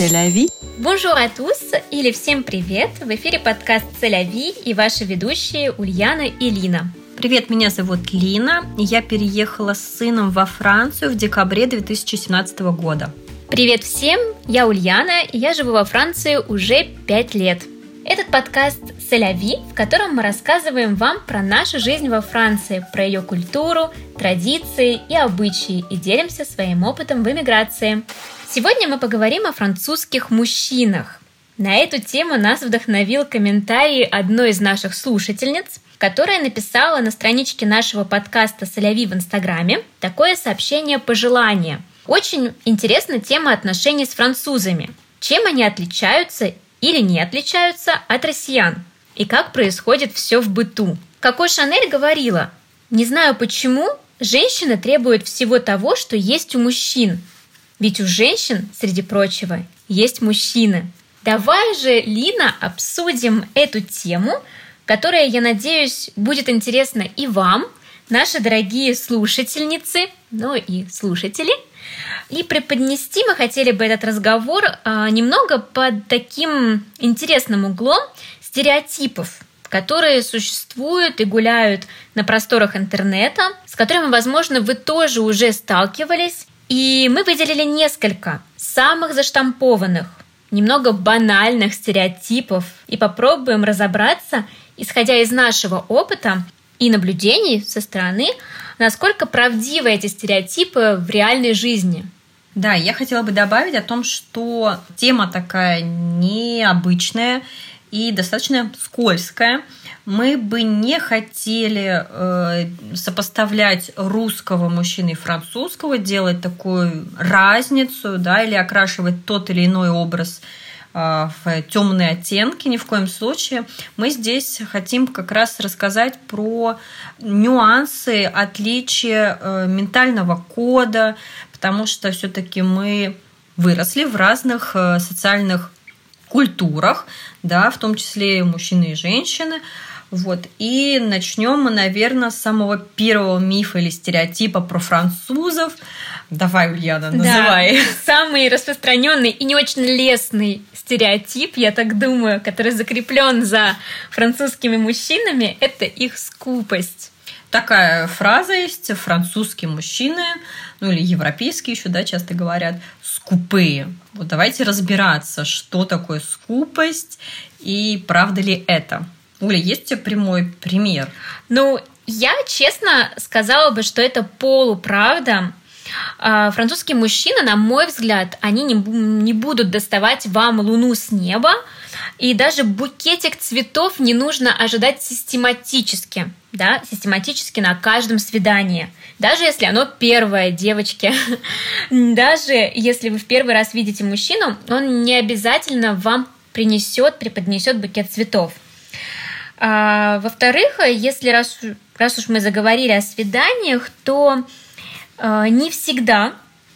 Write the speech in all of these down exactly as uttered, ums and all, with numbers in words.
C'est la vie. Bonjour à tous, или всем привет! В эфире подкаст C'est la vie и ваши ведущие Ульяна и Лина. Привет, меня зовут Лина, и я переехала с сыном во Францию в декабре две тысячи семнадцатого года. Привет всем, я Ульяна, и я живу во Франции уже пять лет. Этот подкаст C'est la vie, в котором мы рассказываем вам про нашу жизнь во Франции, про ее культуру, традиции и обычаи, и делимся своим опытом в эмиграции. Сегодня мы поговорим о французских мужчинах. На эту тему нас вдохновил комментарий одной из наших слушательниц, которая написала на страничке нашего подкаста C'est la vie в Инстаграме такое сообщение-пожелание. Очень интересна тема отношений с французами. Чем они отличаются или не отличаются от россиян? И как происходит все в быту? Коко Шанель говорила: «Не знаю почему, женщина требует всего того, что есть у мужчин. Ведь у женщин, среди прочего, есть мужчины». Давай же, Лина, обсудим эту тему, которая, я надеюсь, будет интересна и вам, наши дорогие слушательницы, ну и слушатели. И преподнести мы хотели бы этот разговор а, немного под таким интересным углом стереотипов, которые существуют и гуляют на просторах интернета, с которыми, возможно, вы тоже уже сталкивались. И мы выделили несколько самых заштампованных, немного банальных стереотипов и попробуем разобраться, исходя из нашего опыта и наблюдений со стороны, насколько правдивы эти стереотипы в реальной жизни. Да, я хотела бы добавить о том, что тема такая необычная и достаточно скользкая. Мы бы не хотели э, сопоставлять русского мужчины и французского, делать такую разницу, да, или окрашивать тот или иной образ э, в темные оттенки. Ни в коем случае. Мы здесь хотим как раз рассказать про нюансы, отличия э, ментального кода, потому что все-таки мы выросли в разных э, социальных культурах, да, в том числе и мужчины и женщины. Вот. И начнем мы, наверное, с самого первого мифа или стереотипа про французов. Давай, Ульяна, называй. Да, самый распространенный и не очень лестный стереотип, я так думаю, который закреплен за французскими мужчинами, это их скупость. Такая фраза есть: французские мужчины, ну или европейские еще, да, часто говорят, скупые. Вот давайте разбираться, что такое скупость и правда ли это. Уля, есть у тебя прямой пример? Ну, я честно сказала бы, что это полуправда. Французские мужчины, на мой взгляд, они не, не будут доставать вам луну с неба, и даже букетик цветов не нужно ожидать систематически, да, систематически на каждом свидании. Даже если оно первое, девочки, даже если вы в первый раз видите мужчину, он не обязательно вам принесет, преподнесет букет цветов. А, во-вторых, если раз, раз уж мы заговорили о свиданиях, то а, не всегда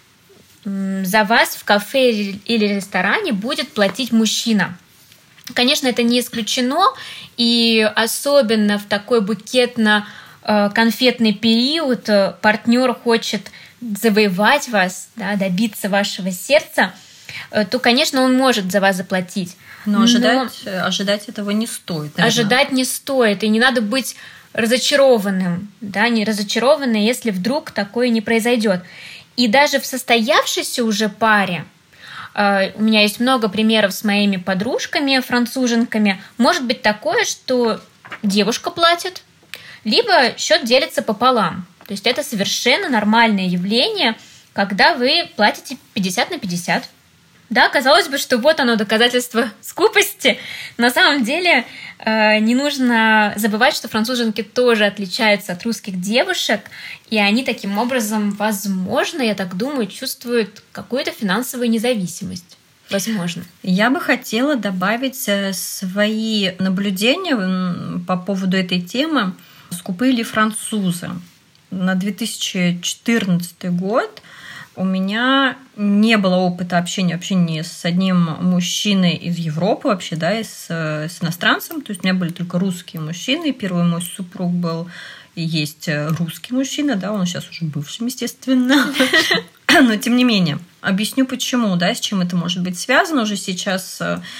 за вас в кафе или ресторане будет платить мужчина. Конечно, это не исключено, и особенно в такой букетно-конфетный период партнер хочет завоевать вас, да, добиться вашего сердца, то, конечно, он может за вас заплатить. Но ожидать, Но ожидать этого не стоит. Наверное. Ожидать не стоит, и не надо быть разочарованным, да, не разочарованным, если вдруг такое не произойдет. И даже в состоявшейся уже паре, э, у меня есть много примеров с моими подружками, француженками, может быть такое, что девушка платит, либо счет делится пополам. То есть это совершенно нормальное явление, когда вы платите пятьдесят на пятьдесят. Да, казалось бы, что вот оно, доказательство скупости. На самом деле э, не нужно забывать, что француженки тоже отличаются от русских девушек, и они таким образом, возможно, я так думаю, чувствуют какую-то финансовую независимость. Возможно. Я бы хотела добавить свои наблюдения по поводу этой темы. Скупые ли французы? На две тысячи четырнадцатый год у меня не было опыта общения вообще ни с одним мужчиной из Европы вообще, да, и с, с иностранцем. То есть у меня были только русские мужчины. Первый мой супруг был и есть русский мужчина, да, он сейчас уже бывшим, естественно. но тем не менее. Объясню почему, да, с чем это может быть связано. Уже сейчас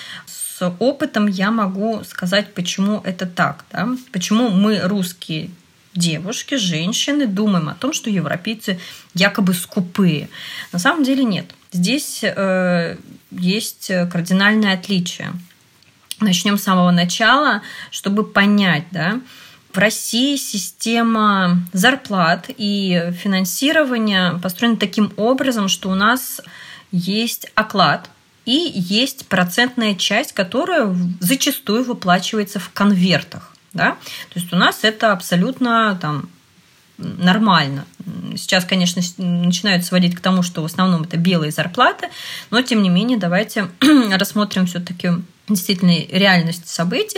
с опытом я могу сказать, почему это так. Да? Почему мы, русские девушки, женщины, думаем о том, что европейцы якобы скупые. На самом деле нет. Здесь э, есть кардинальное отличие. Начнем с самого начала, чтобы понять, да. В России система зарплат и финансирования построена таким образом, что у нас есть оклад и есть процентная часть, которая зачастую выплачивается в конвертах. Да? То есть у нас это абсолютно там, нормально. Сейчас, конечно, начинают сводить к тому, что в основном это белые зарплаты, но тем не менее давайте рассмотрим все-таки действительно реальность событий,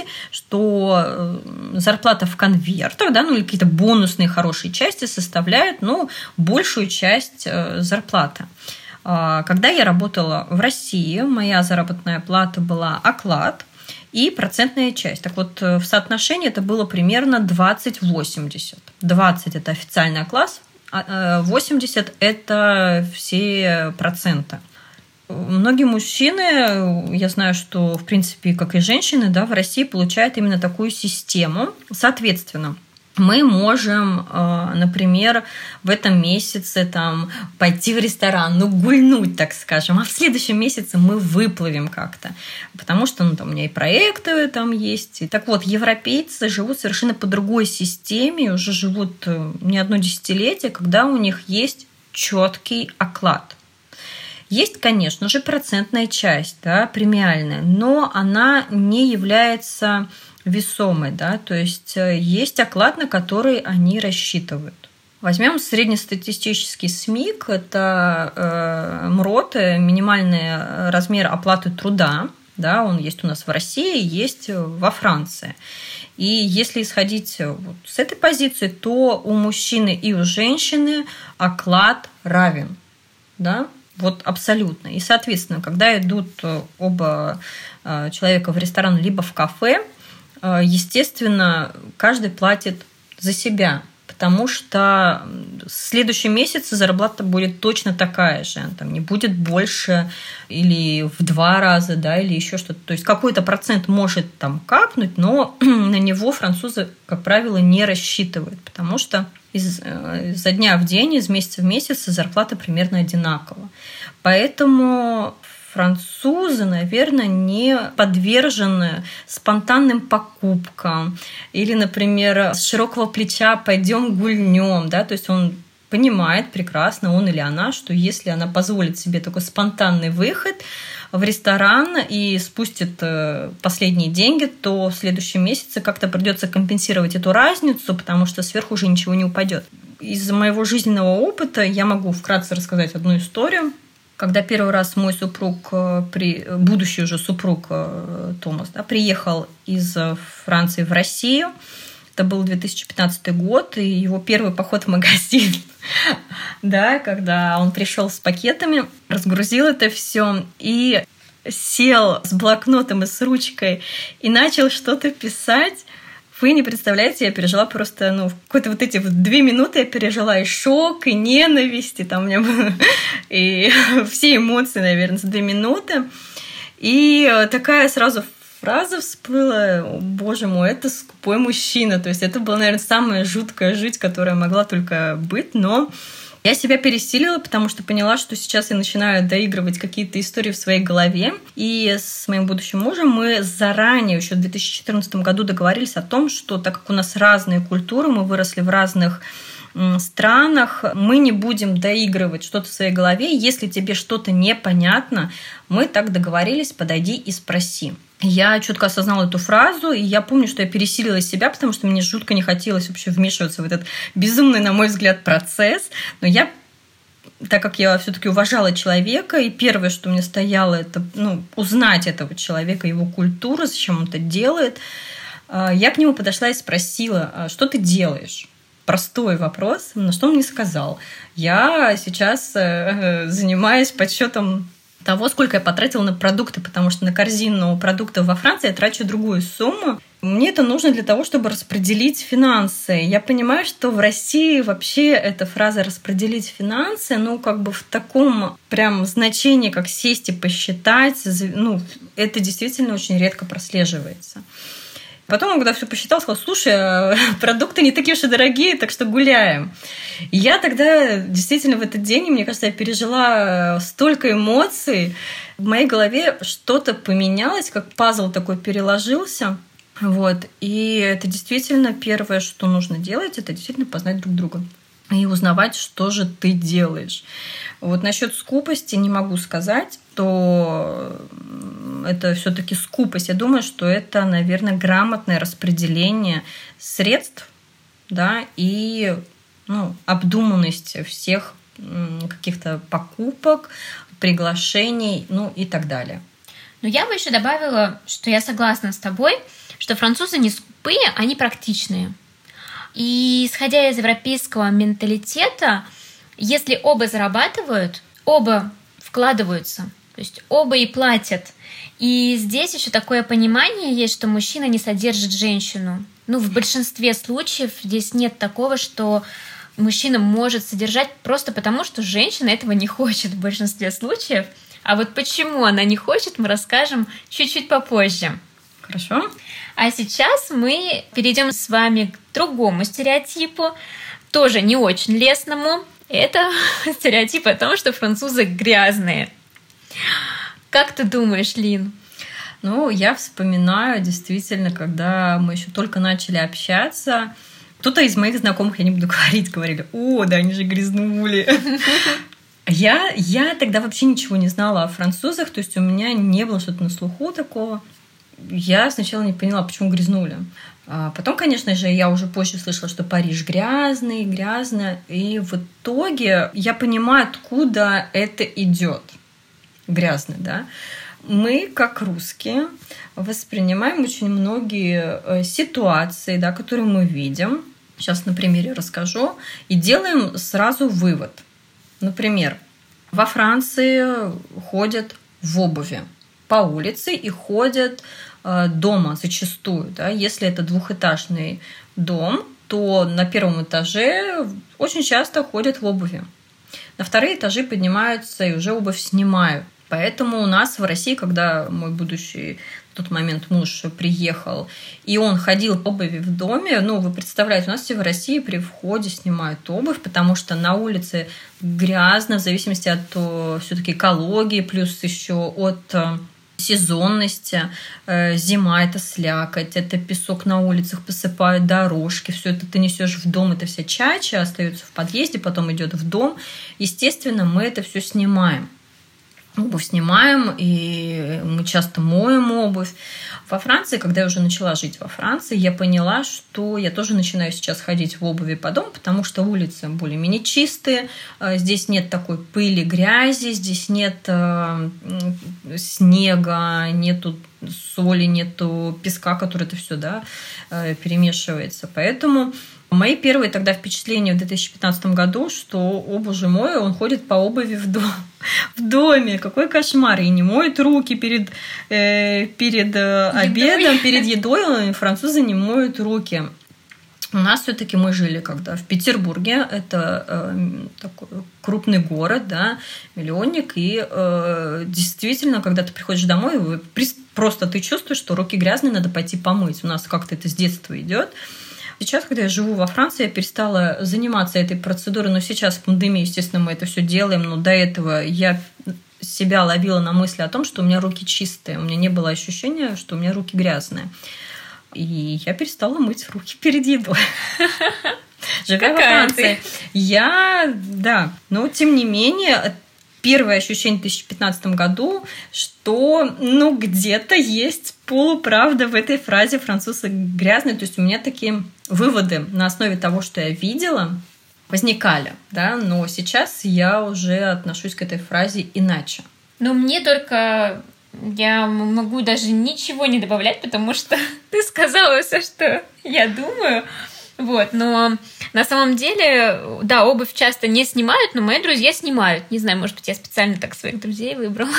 что зарплата в конвертах, да, ну или какие-то бонусные хорошие части составляют, ну, большую часть зарплаты. Когда я работала в России, моя заработная плата была оклад и процентная часть. Так вот, в соотношении это было примерно двадцать восемьдесят. двадцать – это официальный оклад, а восемьдесят – это все проценты. Многие мужчины, я знаю, что, в принципе, как и женщины, да, в России получают именно такую систему. Соответственно, мы можем, например, в этом месяце там, пойти в ресторан, ну, гульнуть, так скажем, а в следующем месяце мы выплывем как-то, потому что ну, там, у меня и проекты там есть. И так вот, европейцы живут совершенно по другой системе, уже живут не одно десятилетие, когда у них есть четкий оклад. Есть, конечно же, процентная часть, да, премиальная, но она не является весомой, да, то есть есть оклад, на который они рассчитывают. Возьмем среднестатистический СМИК, это э, МРОТ, минимальный размер оплаты труда, да, он есть у нас в России, есть во Франции. И если исходить вот с этой позиции, то у мужчины и у женщины оклад равен, да. Вот абсолютно. И, соответственно, когда идут оба человека в ресторан либо в кафе, естественно, каждый платит за себя, потому что в следующем месяце зарплата будет точно такая же. Там не будет больше или в два раза, да, или еще что-то. То есть какой-то процент может там капнуть, но на него французы, как правило, не рассчитывают, потому что из, изо дня в день, из месяца в месяц зарплата примерно одинакова. Поэтому французы, наверное, не подвержены спонтанным покупкам или, например, с широкого плеча пойдем гульнем, да, то есть он понимает прекрасно, он или она, что если она позволит себе такой спонтанный выход в ресторан и спустит последние деньги, то в следующем месяце как-то придется компенсировать эту разницу, потому что сверху уже ничего не упадет. Из моего жизненного опыта я могу вкратце рассказать одну историю. Когда первый раз мой супруг, будущий уже супруг Томас, да, приехал из Франции в Россию, это был две тысячи пятнадцатый год, и его первый поход в магазин, да, когда он пришел с пакетами, разгрузил это все и сел с блокнотом и с ручкой и начал что-то писать. Вы не представляете, я пережила просто, ну, какие-то вот эти вот две минуты я пережила и шок, и ненависть, и там у меня было и все эмоции, наверное, за две минуты. И такая сразу фраза всплыла: «О, боже мой, это скупой мужчина». То есть это была, наверное, самая жуткая жизнь, которая могла только быть, но я себя пересилила, потому что поняла, что сейчас я начинаю доигрывать какие-то истории в своей голове. И с моим будущим мужем мы заранее, еще в две тысячи четырнадцатом году, договорились о том, что так как у нас разные культуры, мы выросли в разных странах, мы не будем доигрывать что-то в своей голове. Если тебе что-то непонятно, мы так договорились, подойди и спроси. Я четко осознала эту фразу, и я помню, что я пересилила себя, потому что мне жутко не хотелось вообще вмешиваться в этот безумный, на мой взгляд, процесс. Но я, так как я все-таки уважала человека, и первое, что мне стояло, это ну, узнать этого человека, его культуру, зачем он это делает, я к нему подошла и спросила: что ты делаешь? Простой вопрос, на что он мне сказал: я сейчас занимаюсь подсчетом того, сколько я потратила на продукты, потому что на корзину продуктов во Франции я трачу другую сумму. Мне это нужно для того, чтобы распределить финансы. Я понимаю, что в России вообще эта фраза «распределить финансы», ну, как бы в таком прям значении, как сесть и посчитать, ну, это действительно очень редко прослеживается. Потом, когда все посчитал, сказал: слушай, продукты не такие уж и дорогие, так что гуляем. И я тогда действительно в этот день, мне кажется, я пережила столько эмоций. В моей голове что-то поменялось, как пазл такой переложился. Вот. И это действительно первое, что нужно делать, это действительно познать друг друга и узнавать, что же ты делаешь. Вот насчет скупости не могу сказать, что это все-таки скупость. Я думаю, что это, наверное, грамотное распределение средств, да, и ну, обдуманность всех каких-то покупок, приглашений, ну и так далее. Но я бы еще добавила, что я согласна с тобой, что французы не скупые, они практичные. И исходя из европейского менталитета, если оба зарабатывают, оба вкладываются, то есть оба и платят. И здесь еще такое понимание есть, что мужчина не содержит женщину. Ну, в большинстве случаев здесь нет такого, что мужчина может содержать просто потому, что женщина этого не хочет в большинстве случаев. А вот почему она не хочет, мы расскажем чуть-чуть попозже. Хорошо. А сейчас мы перейдем с вами к другому стереотипу, тоже не очень лестному. Это стереотип о том, что французы грязные. Как ты думаешь, Лин? Ну, я вспоминаю действительно, когда мы еще только начали общаться, кто-то из моих знакомых, я не буду говорить, говорили: о, да они же грязнули. Я, я тогда вообще ничего не знала о французах, то есть у меня не было что-то на слуху такого. Я сначала не поняла, почему грязнули. А потом, конечно же, я уже позже слышала, что Париж грязный, грязно. И в итоге я понимаю, откуда это идет. Грязно, да. Мы, как русские, воспринимаем очень многие ситуации, да, которые мы видим. Сейчас на примере расскажу. И делаем сразу вывод. Например, во Франции ходят в обуви по улице и ходят э, дома зачастую. Да? Если это двухэтажный дом, то на первом этаже очень часто ходят в обуви. На вторые этажи поднимаются и уже обувь снимают. Поэтому у нас в России, когда мой будущий в тот момент муж приехал, и он ходил в обуви в доме, ну, вы представляете, у нас все в России при входе снимают обувь, потому что на улице грязно, в зависимости от все-таки экологии, плюс еще от сезонности. Зима – это слякоть, это песок на улицах, посыпают дорожки, все это ты несешь в дом, это вся чача остается в подъезде, потом идет в дом. Естественно, мы это все снимаем. Обувь снимаем, и мы часто моем обувь. Во Франции, когда я уже начала жить во Франции, я поняла, что я тоже начинаю сейчас ходить в обуви по дому, потому что улицы более-менее чистые, здесь нет такой пыли, грязи, здесь нет снега, нету соли, нету песка, который это все, да, перемешивается. Поэтому мои первые тогда впечатления в две тысячи пятнадцатом году, что, о боже мой, он ходит по обуви в, дом, в доме, какой кошмар, и не моет руки перед, э, перед э, обедом, перед едой, французы не моют руки. У нас все-таки мы жили когда в Петербурге, это э, такой крупный город, да, миллионник, и э, действительно, когда ты приходишь домой, вы, просто ты чувствуешь, что руки грязные, надо пойти помыть. У нас как-то это с детства идет. Сейчас, когда я живу во Франции, я перестала заниматься этой процедурой, но сейчас в пандемии, естественно, мы это все делаем, но до этого я себя ловила на мысли о том, что у меня руки чистые, у меня не было ощущения, что у меня руки грязные. И я перестала мыть руки перед едой. Живя во Франции. Я, да, но тем не менее, первое ощущение в две тысячи пятнадцатом году, что, ну, где-то есть полуправда в этой фразе «французы грязные». То есть у меня такие выводы на основе того, что я видела, возникали, да, но сейчас я уже отношусь к этой фразе иначе. Ну, мне только... Я могу даже ничего не добавлять, потому что ты сказала все, что я думаю. Вот, но На самом деле, да, обувь часто не снимают, но мои друзья снимают. Не знаю, может быть, я специально так своих друзей выбрала.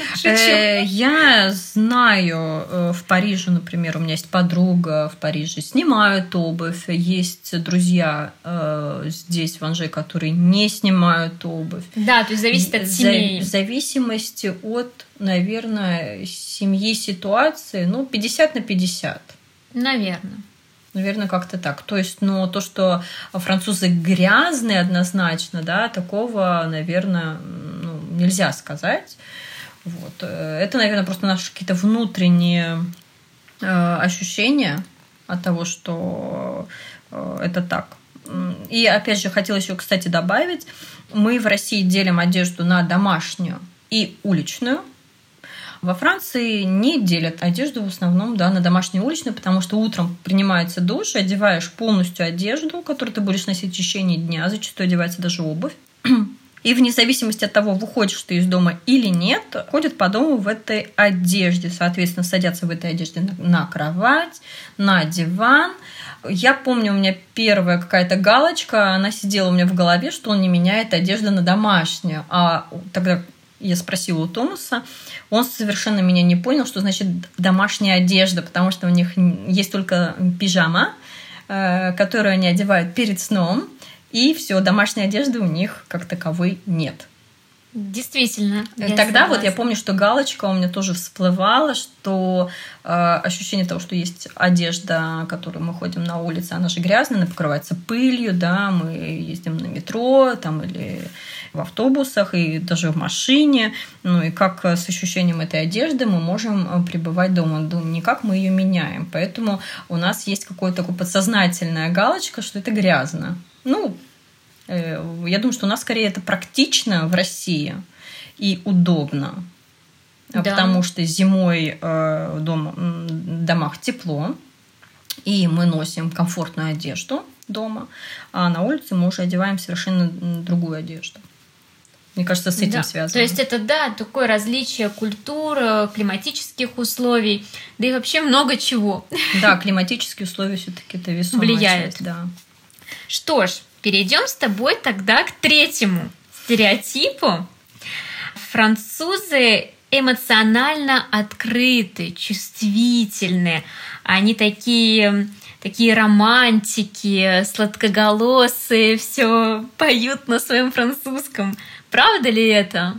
Я знаю, в Париже, например, у меня есть подруга в Париже, снимают обувь. Есть друзья здесь, в Анже, которые не снимают обувь. Да, то есть зависит от семьи. В зависимости от, наверное, семьи, ситуации, ну, пятьдесят на пятьдесят. Наверное. Наверное, как-то так. То есть, ну, то, что французы грязные однозначно, да, такого, наверное, ну, нельзя сказать. Вот. Это, наверное, просто наши какие-то внутренние э, ощущения от того, что э, это так. И, опять же, хотела еще, кстати, добавить, мы в России делим одежду на домашнюю и уличную. Во Франции не делят одежду в основном, да, на домашнюю и уличную, потому что утром принимается душ, одеваешь полностью одежду, которую ты будешь носить в течение дня, зачастую одевается даже обувь. И вне зависимости от того, выходишь ты из дома или нет, ходят по дому в этой одежде. Соответственно, садятся в этой одежде на кровать, на диван. Я помню, у меня первая какая-то галочка, она сидела у меня в голове, что он не меняет одежду на домашнюю. А тогда я спросила у Томаса, он совершенно меня не понял, что значит домашняя одежда, потому что у них есть только пижама, которую они одевают перед сном, и все, домашней одежды у них как таковой нет. Действительно. Тогда вот я помню, что галочка у меня тоже всплывала, что э, ощущение того, что есть одежда, которую мы ходим на улице, она же грязная, она покрывается пылью, да, мы ездим на метро там, или в автобусах, и даже в машине. Ну и как с ощущением этой одежды мы можем пребывать дома, не как мы ее меняем. Поэтому у нас есть какая-то такая подсознательная галочка, что это грязно. Ну, я думаю, что у нас скорее это практично в России и удобно, да. Потому что зимой в дом, домах тепло, и мы носим комфортную одежду дома, а на улице мы уже одеваем совершенно другую одежду. Мне кажется, с этим да. связано. То есть это, да, такое различие культур, климатических условий, да и вообще много чего. Да, климатические условия все-таки это весомая влияют. часть, да. Что ж, перейдем с тобой тогда к третьему стереотипу. Французы эмоционально открыты, чувствительны. Они такие, такие романтики, сладкоголосые, все поют на своем французском. Правда ли это?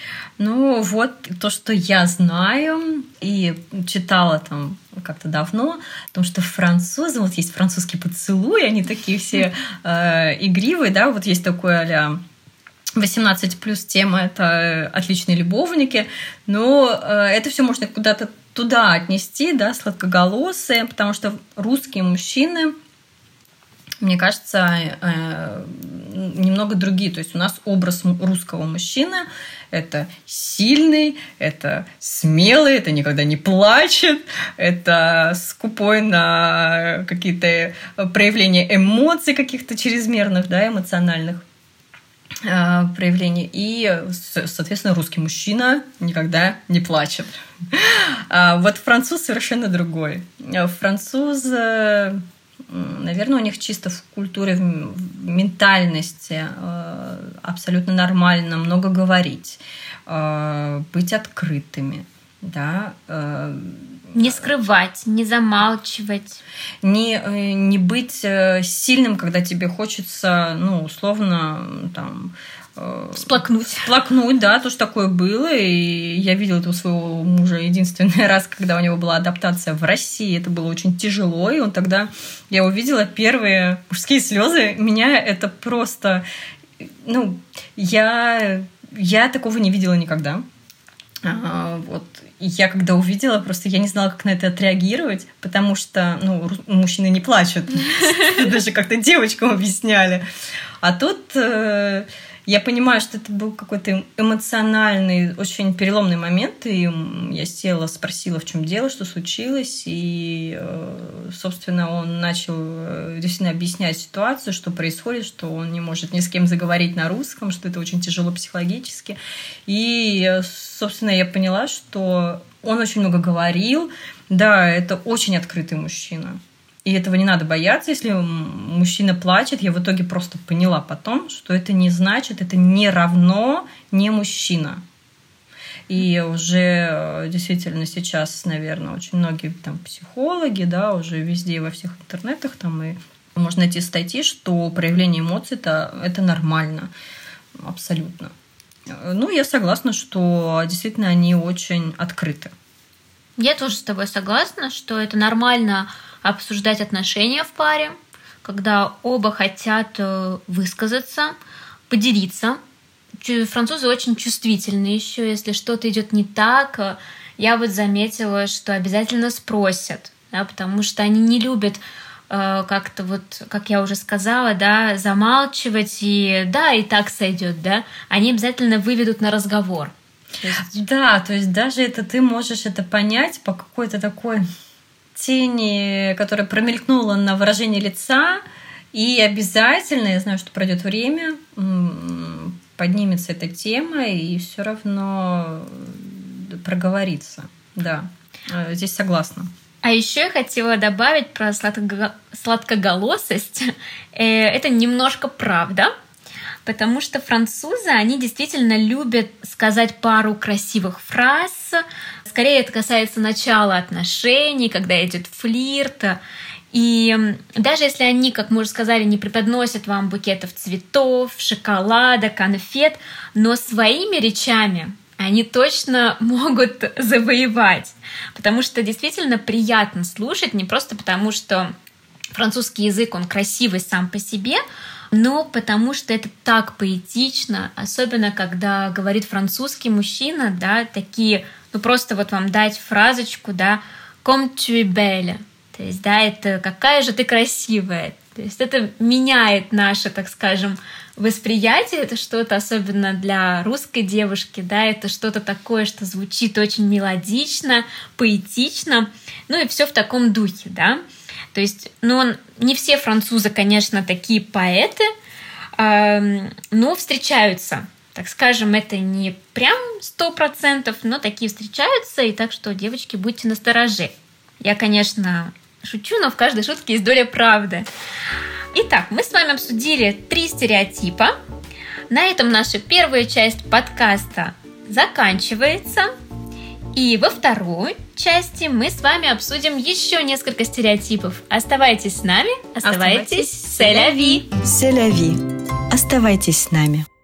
Ну, вот то, что я знаю и читала там как-то давно, потому что французы, вот есть французский поцелуй, они такие все э, игривые, да, вот есть такой а-ля восемнадцать плюс тема, это отличные любовники, но э, это все можно куда-то туда отнести, да, сладкоголосые, потому что русские мужчины, мне кажется, э, немного другие. То есть у нас образ русского мужчины – это сильный, это смелый, это никогда не плачет, это скупой на какие-то проявления эмоций каких-то чрезмерных, да, эмоциональных э, проявлений. И, соответственно, русский мужчина никогда не плачет. А вот француз совершенно другой. Француз... Наверное, у них чисто в культуре, в ментальности абсолютно нормально много говорить, быть открытыми, да. Не скрывать, не замалчивать. Не, не быть сильным, когда тебе хочется, ну, условно, там... Всплакнуть. Всплакнуть, да, тоже такое было. И я видела это у своего мужа единственный раз, когда у него была адаптация в России. Это было очень тяжело. И он тогда, я увидела первые мужские слезы. Меня это просто... Ну, я, я такого не видела никогда. А, вот. И я когда увидела, просто я не знала, как на это отреагировать, потому что, ну, мужчины не плачут. Даже как-то девочкам объясняли. А тут... Я понимаю, что это был какой-то эмоциональный, очень переломный момент, и я села, спросила, в чем дело, что случилось, и, собственно, он начал действительно объяснять ситуацию, что происходит, что он не может ни с кем заговорить на русском, что это очень тяжело психологически, и, собственно, я поняла, что он очень много говорил, да, это очень открытый мужчина. И этого не надо бояться, если мужчина плачет. Я в итоге просто поняла потом, что это не значит, это не равно не мужчина. И уже действительно сейчас, наверное, очень многие там психологи, да, уже везде во всех интернетах там и можно найти статьи, что проявление эмоций это, это нормально, абсолютно. Ну, я согласна, что действительно они очень открыты. Я тоже с тобой согласна, что это нормально обсуждать отношения в паре, когда оба хотят высказаться, поделиться. Французы очень чувствительны еще, если что-то идет не так. Я вот заметила, что обязательно спросят, да, потому что они не любят э, как-то вот, как я уже сказала, да, замалчивать и да, и так сойдет, да. Они обязательно выведут на разговор. То есть... Да, то есть даже это ты можешь это понять по какой-то такой тени, которая промелькнула на выражении лица, и обязательно, я знаю, что пройдет время, поднимется эта тема и все равно проговорится. Да, здесь согласна. А еще я хотела добавить про сладко- сладкоголосость. Это немножко правда, потому что французы, они действительно любят сказать пару красивых фраз. Скорее, это касается начала отношений, когда идет флирт. И даже если они, как мы уже сказали, не преподносят вам букетов цветов, шоколада, конфет, но своими речами они точно могут завоевать. Потому что действительно приятно слушать, не просто потому, что французский язык, он красивый сам по себе, но потому что это так поэтично, особенно когда говорит французский мужчина, да, такие, ну просто вот вам дать фразочку, да, «comme tu es belle». То есть, да, это какая же ты красивая. То есть это меняет наше, так скажем, восприятие. Это что-то особенно для русской девушки, да, это что-то такое, что звучит очень мелодично, поэтично, ну и все в таком духе, да. То есть, ну, не все французы, конечно, такие поэты, но встречаются. Так скажем, это не прям сто процентов, но такие встречаются, и так что, девочки, будьте настороже. Я, конечно, шучу, но в каждой шутке есть доля правды. Итак, мы с вами обсудили три стереотипа. На этом наша первая часть подкаста заканчивается. И во второй части мы с вами обсудим еще несколько стереотипов. Оставайтесь с нами, оставайтесь c'est la vie. C'est la vie. Оставайтесь с нами.